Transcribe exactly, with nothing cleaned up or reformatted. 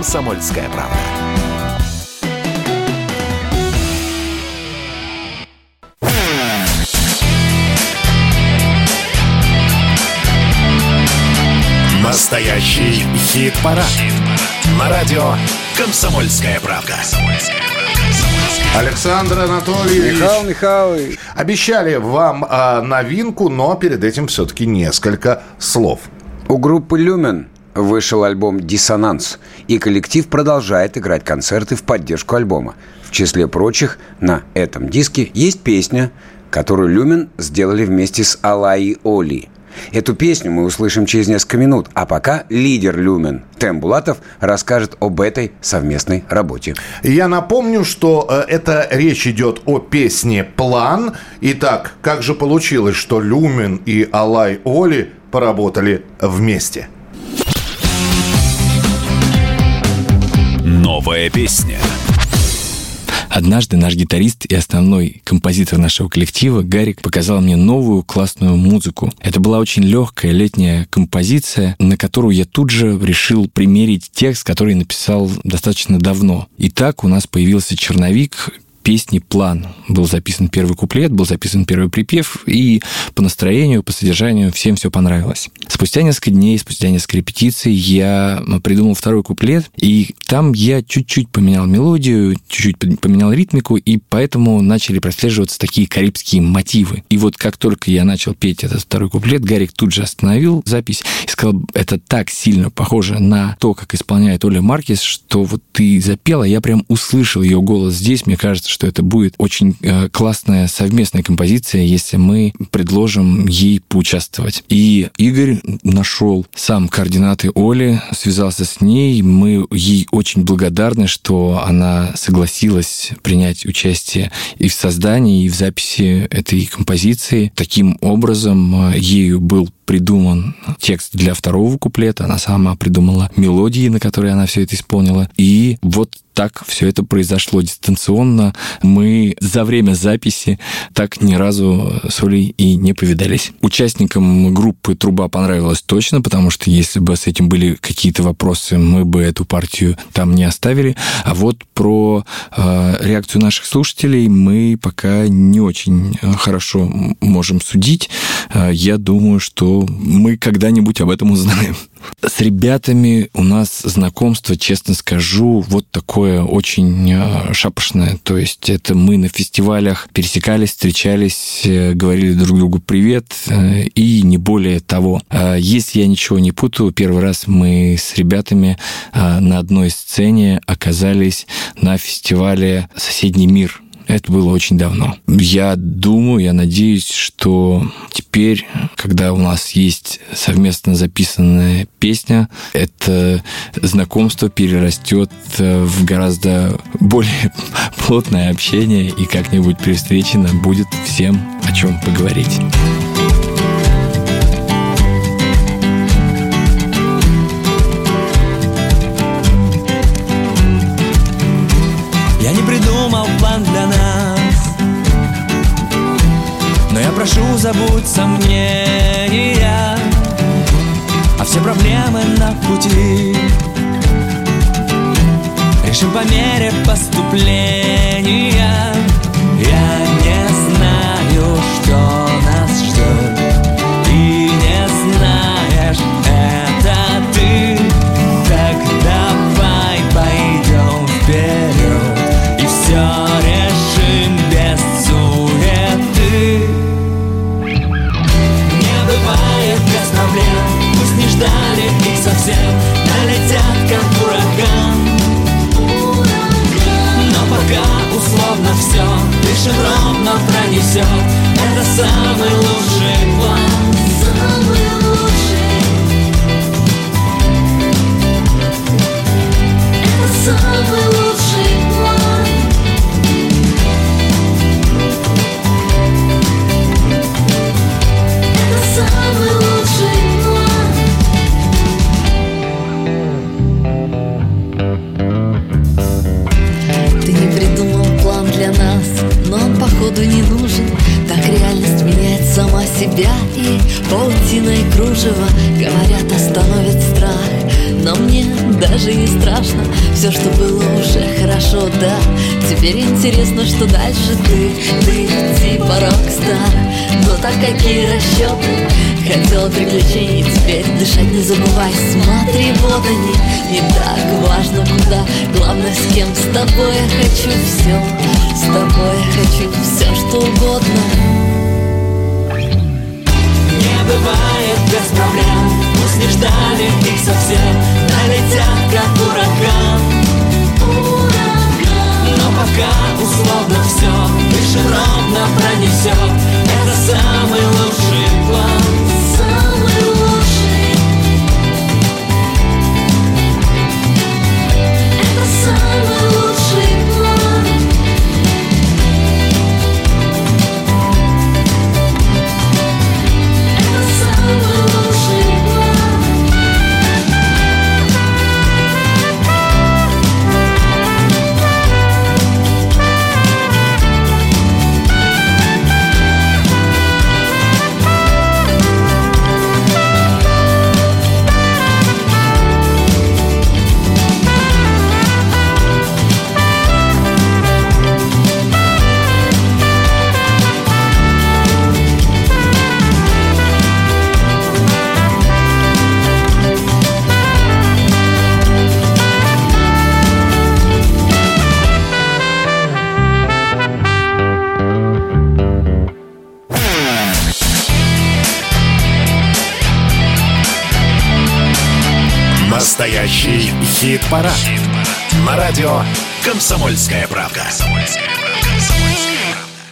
«Комсомольская правда». Настоящий хит-парад. Хит-парад. На радио «Комсомольская правда». Александр Анатольевич. Михаил Михайлович. Обещали вам э, новинку, но перед этим все-таки несколько слов. У группы «Люмен» вышел альбом «Диссонанс», и коллектив продолжает играть концерты в поддержку альбома. В числе прочих, на этом диске есть песня, которую «Люмен» сделали вместе с Алай Оли. Эту песню мы услышим через несколько минут, а пока лидер «Люмен» Тем Булатов расскажет об этой совместной работе. Я напомню, что э, это речь идет о песне «План». Итак, как же получилось, что «Люмен» и Алай Оли поработали вместе? Новая песня. Однажды наш гитарист и основной композитор нашего коллектива Гарик показал мне новую классную музыку. Это была очень легкая летняя композиция, на которую я тут же решил примерить текст, который написал достаточно давно. И так у нас появился черновик песни «План». Был записан первый куплет, был записан первый припев, и по настроению, по содержанию всем все понравилось. Спустя несколько дней, спустя несколько репетиций я придумал второй куплет, и там я чуть-чуть поменял мелодию, чуть-чуть поменял ритмику, и поэтому начали прослеживаться такие карибские мотивы. И вот как только я начал петь этот второй куплет, Гарик тут же остановил запись и сказал: это так сильно похоже на то, как исполняет Оля Маркес, что вот ты запела, я прям услышал ее голос здесь. Мне кажется, что это будет очень э, классная совместная композиция, если мы предложим ей поучаствовать. И Игорь нашел сам координаты Оли, связался с ней. Мы ей очень благодарны, что она согласилась принять участие и в создании, и в записи этой композиции. Таким образом, э, ею был придуман текст для второго куплета, она сама придумала мелодии, на которые она все это исполнила. И вот так все это произошло дистанционно. Мы за время записи так ни разу с Олей и не повидались. Участникам группы «Труба» понравилось точно, потому что если бы с этим были какие-то вопросы, мы бы эту партию там не оставили. А вот про э, реакцию наших слушателей мы пока не очень хорошо можем судить. Э, я думаю, что мы когда-нибудь об этом узнаем. С ребятами у нас знакомство, честно скажу, вот такое очень шапошное. То есть это мы на фестивалях пересекались, встречались, говорили друг другу привет и не более того. Если я ничего не путаю, первый раз мы с ребятами на одной сцене оказались на фестивале «Соседний мир». Это было очень давно. Я думаю, я надеюсь, что теперь, когда у нас есть совместно записанная песня, это знакомство перерастет в гораздо более плотное общение, и как-нибудь при встрече нам будет всем о чем поговорить. Я не придумал план для нас, но я прошу, забудь сомнения, а все проблемы на пути решим по мере поступления. Я не знаю, что нас ждет, и не знаешь это ты. Так давай пойдем вперед и все решим без суеты. Не бывает без проблем, пусть не ждали их совсем, налетят как ураган. Но пока условно все, дышим ровно пронесет. Это самый лучший план. Самый лучший. Это самый лучший план. Это самый лучший план. Ты не придумал план для нас, но он походу не нужен. Так реальность меняет сама себя, и паутина и кружево, говорят, остановит страх. Но мне даже даже не страшно. Все, что было, уже хорошо, да. Теперь интересно, что дальше ты, ты типа рок-стар. Но так какие расчеты? Хотела приключений, теперь дышать не забывай. Смотри, вот они, не так важно куда. Главное, с кем, с тобой я хочу все. С тобой я хочу все, что угодно. Не бывает без проблем, пусть не ждали их совсем. Налетят, как ураган, ураган. Но пока условно все, выше ровно пронесет. Это самый лучший план, самый лучший. Это самый лучший план. Это самый лучший план. Настоящий хит-парад. На радио «Комсомольская правда».